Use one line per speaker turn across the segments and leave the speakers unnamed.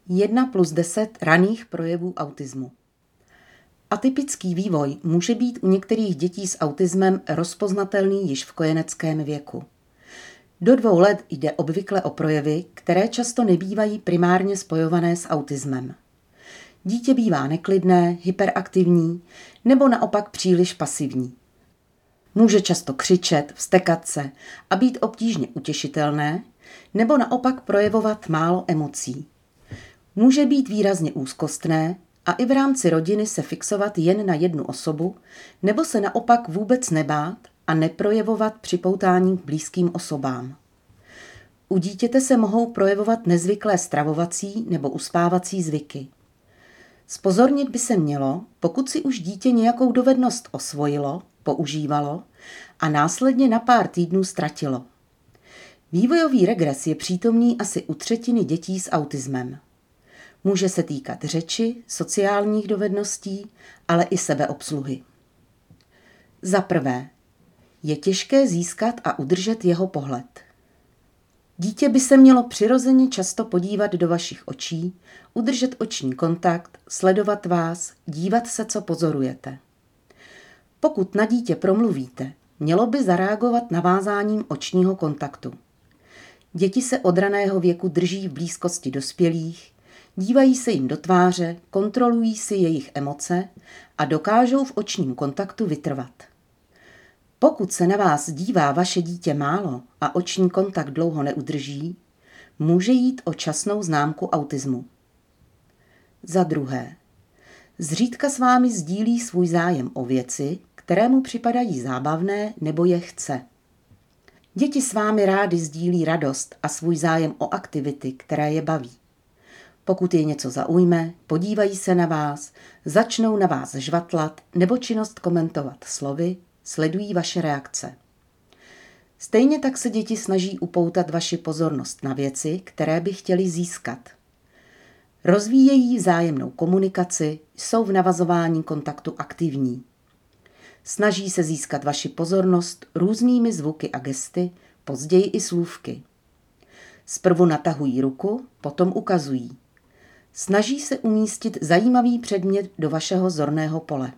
1+10 raných projevů autismu. Atypický vývoj může být u některých dětí s autismem rozpoznatelný již v kojeneckém věku. Do 2 let jde obvykle o projevy, které často nebývají primárně spojované s autismem. Dítě bývá neklidné, hyperaktivní nebo naopak příliš pasivní. Může často křičet, vztekat se a být obtížně utěšitelné, nebo naopak projevovat málo emocí. Může být výrazně úzkostné a i v rámci rodiny se fixovat jen na jednu osobu, nebo se naopak vůbec nebát a neprojevovat připoutání k blízkým osobám. U dítěte se mohou projevovat nezvyklé stravovací nebo uspávací zvyky. Zpozornit by se mělo, pokud si už dítě nějakou dovednost osvojilo, používalo a následně na pár týdnů ztratilo. Vývojový regres je přítomný asi u 1/3 dětí s autismem. Může se týkat řeči, sociálních dovedností, ale i sebeobsluhy. Za prvé, je těžké získat a udržet jeho pohled. Dítě by se mělo přirozeně často podívat do vašich očí, udržet oční kontakt, sledovat vás, dívat se, co pozorujete. Pokud na dítě promluvíte, mělo by zareagovat navázáním očního kontaktu. Děti se od raného věku drží v blízkosti dospělých, dívají se jim do tváře, kontrolují si jejich emoce a dokážou v očním kontaktu vytrvat. Pokud se na vás dívá vaše dítě málo a oční kontakt dlouho neudrží, může jít o časnou známku autismu. Za druhé, zřídka s vámi sdílí svůj zájem o věci, které mu připadají zábavné nebo je chce. Děti s vámi rády sdílí radost a svůj zájem o aktivity, které je baví. Pokud je něco zaujme, podívají se na vás, začnou na vás žvatlat nebo činnost komentovat slovy, sledují vaše reakce. Stejně tak se děti snaží upoutat vaši pozornost na věci, které by chtěli získat. Rozvíjejí vzájemnou komunikaci, jsou v navazování kontaktu aktivní. Snaží se získat vaši pozornost různými zvuky a gesty, později i slůvky. Zprvu natahují ruku, potom ukazují. Snaží se umístit zajímavý předmět do vašeho zorného pole.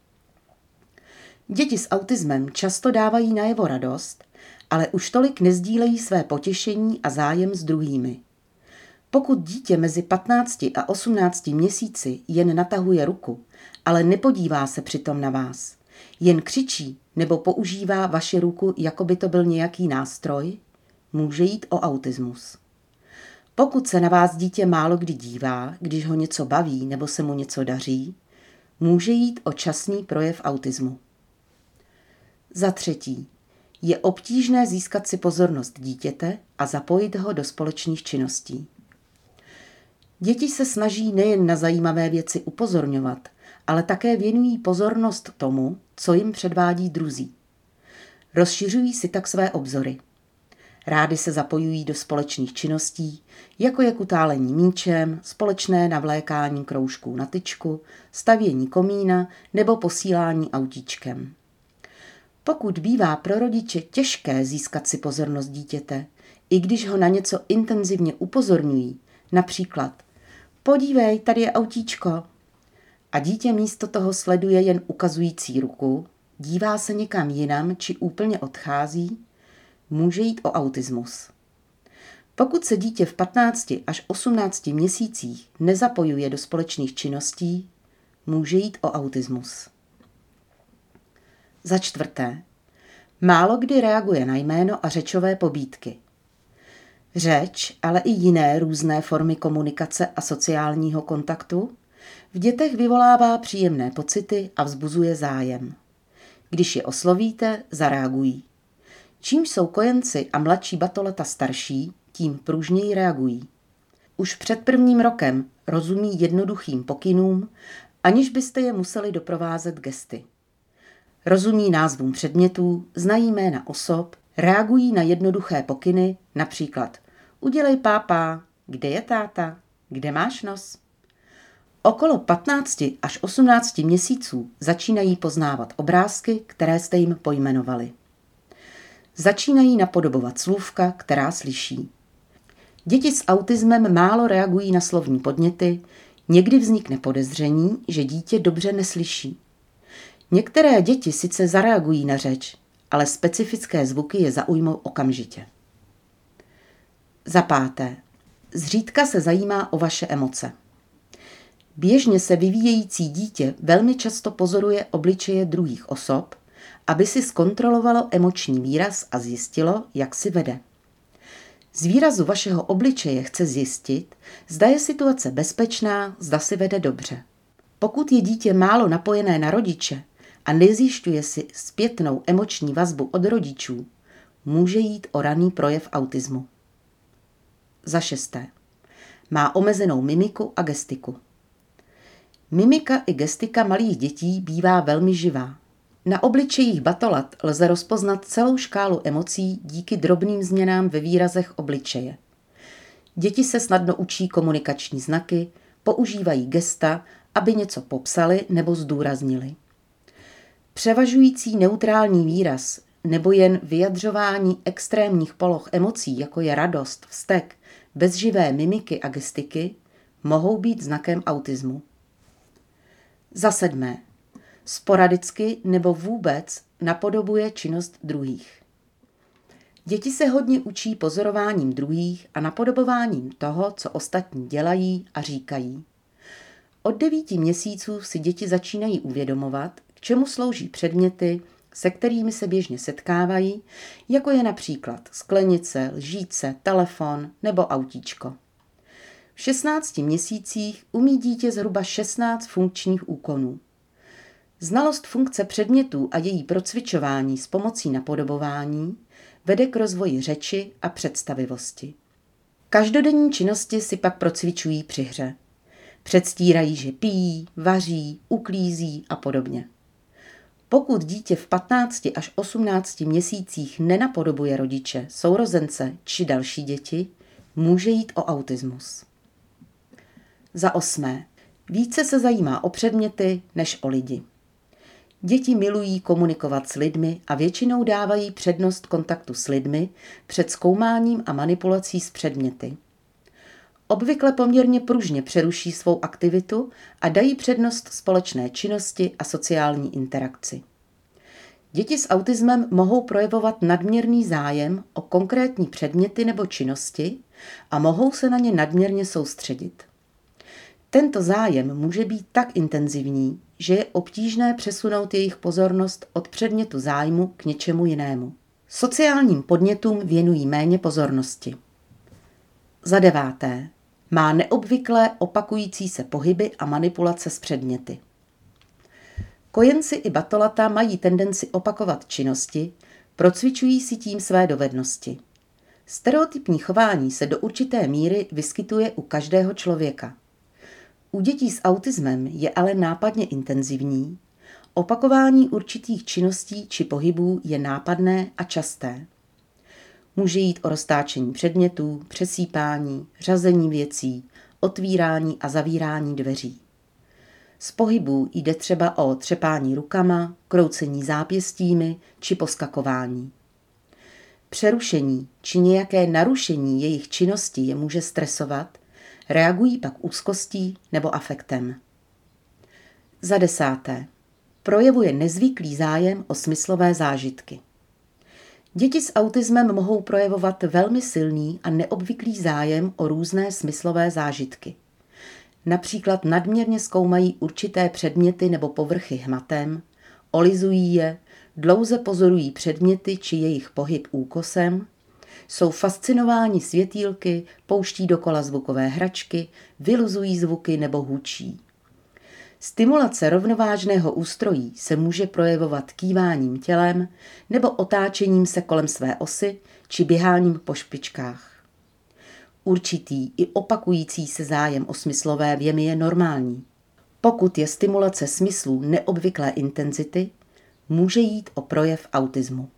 Děti s autismem často dávají najevo radost, ale už tolik nezdílejí své potěšení a zájem s druhými. Pokud dítě mezi 15 a 18 měsíci jen natahuje ruku, ale nepodívá se přitom na vás, jen křičí nebo používá vaši ruku, jako by to byl nějaký nástroj, může jít o autismus. Pokud se na vás dítě málo kdy dívá, když ho něco baví nebo se mu něco daří, může jít o časný projev autismu. Za třetí, je obtížné získat si pozornost dítěte a zapojit ho do společných činností. Děti se snaží nejen na zajímavé věci upozorňovat, ale také věnují pozornost tomu, co jim předvádí druzí. Rozšiřují si tak své obzory. Rády se zapojují do společných činností, jako je kutálení míčem, společné navlékání kroužků na tyčku, stavění komína nebo posílání autíčkem. Pokud bývá pro rodiče těžké získat si pozornost dítěte, i když ho na něco intenzivně upozorňují, například podívej, tady je autíčko, a dítě místo toho sleduje jen ukazující ruku, dívá se někam jinam či úplně odchází, může jít o autismus. Pokud se dítě v 15 až 18 měsících nezapojuje do společných činností, může jít o autismus. Za čtvrté, málo kdy reaguje na jméno a řečové pobídky. Řeč, ale i jiné různé formy komunikace a sociálního kontaktu v dětech vyvolává příjemné pocity a vzbuzuje zájem. Když je oslovíte, zareagují. Čím jsou kojenci a mladší batolata starší, tím pružněji reagují. Už před 1. rokem rozumí jednoduchým pokynům, aniž byste je museli doprovázet gesty. Rozumí názvům předmětů, znají jména osob, reagují na jednoduché pokyny, například udělej pápá, kde je táta, kde máš nos. Okolo 15 až 18 měsíců začínají poznávat obrázky, které jste jim pojmenovali. Začínají napodobovat slůvka, která slyší. Děti s autismem málo reagují na slovní podněty, někdy vznikne podezření, že dítě dobře neslyší. Některé děti sice zareagují na řeč, ale specifické zvuky je zaujmou okamžitě. Za páté. Zřídka se zajímá o vaše emoce. Běžně se vyvíjející dítě velmi často pozoruje obličeje druhých osob, aby si zkontrolovalo emoční výraz a zjistilo, jak si vede. Z výrazu vašeho obličeje chce zjistit, zda je situace bezpečná, zda si vede dobře. Pokud je dítě málo napojené na rodiče a nezjišťuje si zpětnou emoční vazbu od rodičů, může jít o raný projev autismu. Za šesté. Má omezenou mimiku a gestiku. Mimika i gestika malých dětí bývá velmi živá. Na obličejích batolat lze rozpoznat celou škálu emocí díky drobným změnám ve výrazech obličeje. Děti se snadno učí komunikační znaky, používají gesta, aby něco popsali nebo zdůraznili. Převažující neutrální výraz nebo jen vyjadřování extrémních poloh emocí, jako je radost, vztek, bez živé mimiky a gestiky, mohou být znakem autismu. Za sedmé. Sporadicky nebo vůbec napodobuje činnost druhých. Děti se hodně učí pozorováním druhých a napodobováním toho, co ostatní dělají a říkají. Od 9 měsíců si děti začínají uvědomovat, k čemu slouží předměty, se kterými se běžně setkávají, jako je například sklenice, lžíce, telefon nebo autíčko. V 16 měsících umí dítě zhruba 16 funkčních úkonů. Znalost funkce předmětů a její procvičování s pomocí napodobování vede k rozvoji řeči a představivosti. Každodenní činnosti si pak procvičují při hře. Předstírají, že pijí, vaří, uklízí a podobně. Pokud dítě v 15 až 18 měsících nenapodobuje rodiče, sourozence či další děti, může jít o autismus. Za 8. Více se zajímá o předměty než o lidi. Děti milují komunikovat s lidmi a většinou dávají přednost kontaktu s lidmi před zkoumáním a manipulací s předměty. Obvykle poměrně pružně přeruší svou aktivitu a dají přednost společné činnosti a sociální interakci. Děti s autismem mohou projevovat nadměrný zájem o konkrétní předměty nebo činnosti a mohou se na ně nadměrně soustředit. Tento zájem může být tak intenzivní, že je obtížné přesunout jejich pozornost od předmětu zájmu k něčemu jinému. Sociálním podnětům věnují méně pozornosti. Za 9. Má neobvyklé opakující se pohyby a manipulace s předměty. Kojenci i batolata mají tendenci opakovat činnosti, procvičují si tím své dovednosti. Stereotypní chování se do určité míry vyskytuje u každého člověka. U dětí s autismem je ale nápadně intenzivní, opakování určitých činností či pohybů je nápadné a časté. Může jít o roztáčení předmětů, přesýpání, řazení věcí, otvírání a zavírání dveří. Z pohybů jde třeba o třepání rukama, kroucení zápěstími či poskakování. Přerušení či nějaké narušení jejich činnosti je může stresovat, reagují pak úzkostí nebo afektem. Za 10. Projevuje nezvyklý zájem o smyslové zážitky. Děti s autismem mohou projevovat velmi silný a neobvyklý zájem o různé smyslové zážitky. Například nadměrně zkoumají určité předměty nebo povrchy hmatem, olizují je, dlouze pozorují předměty či jejich pohyb úkosem, jsou fascinováni světýlky, pouští dokola zvukové hračky, vyluzují zvuky nebo hučí. Stimulace rovnovážného ústrojí se může projevovat kýváním tělem nebo otáčením se kolem své osy či běháním po špičkách. Určitý i opakující se zájem o smyslové vjemy je normální. Pokud je stimulace smyslů neobvyklé intenzity, může jít o projev autismu.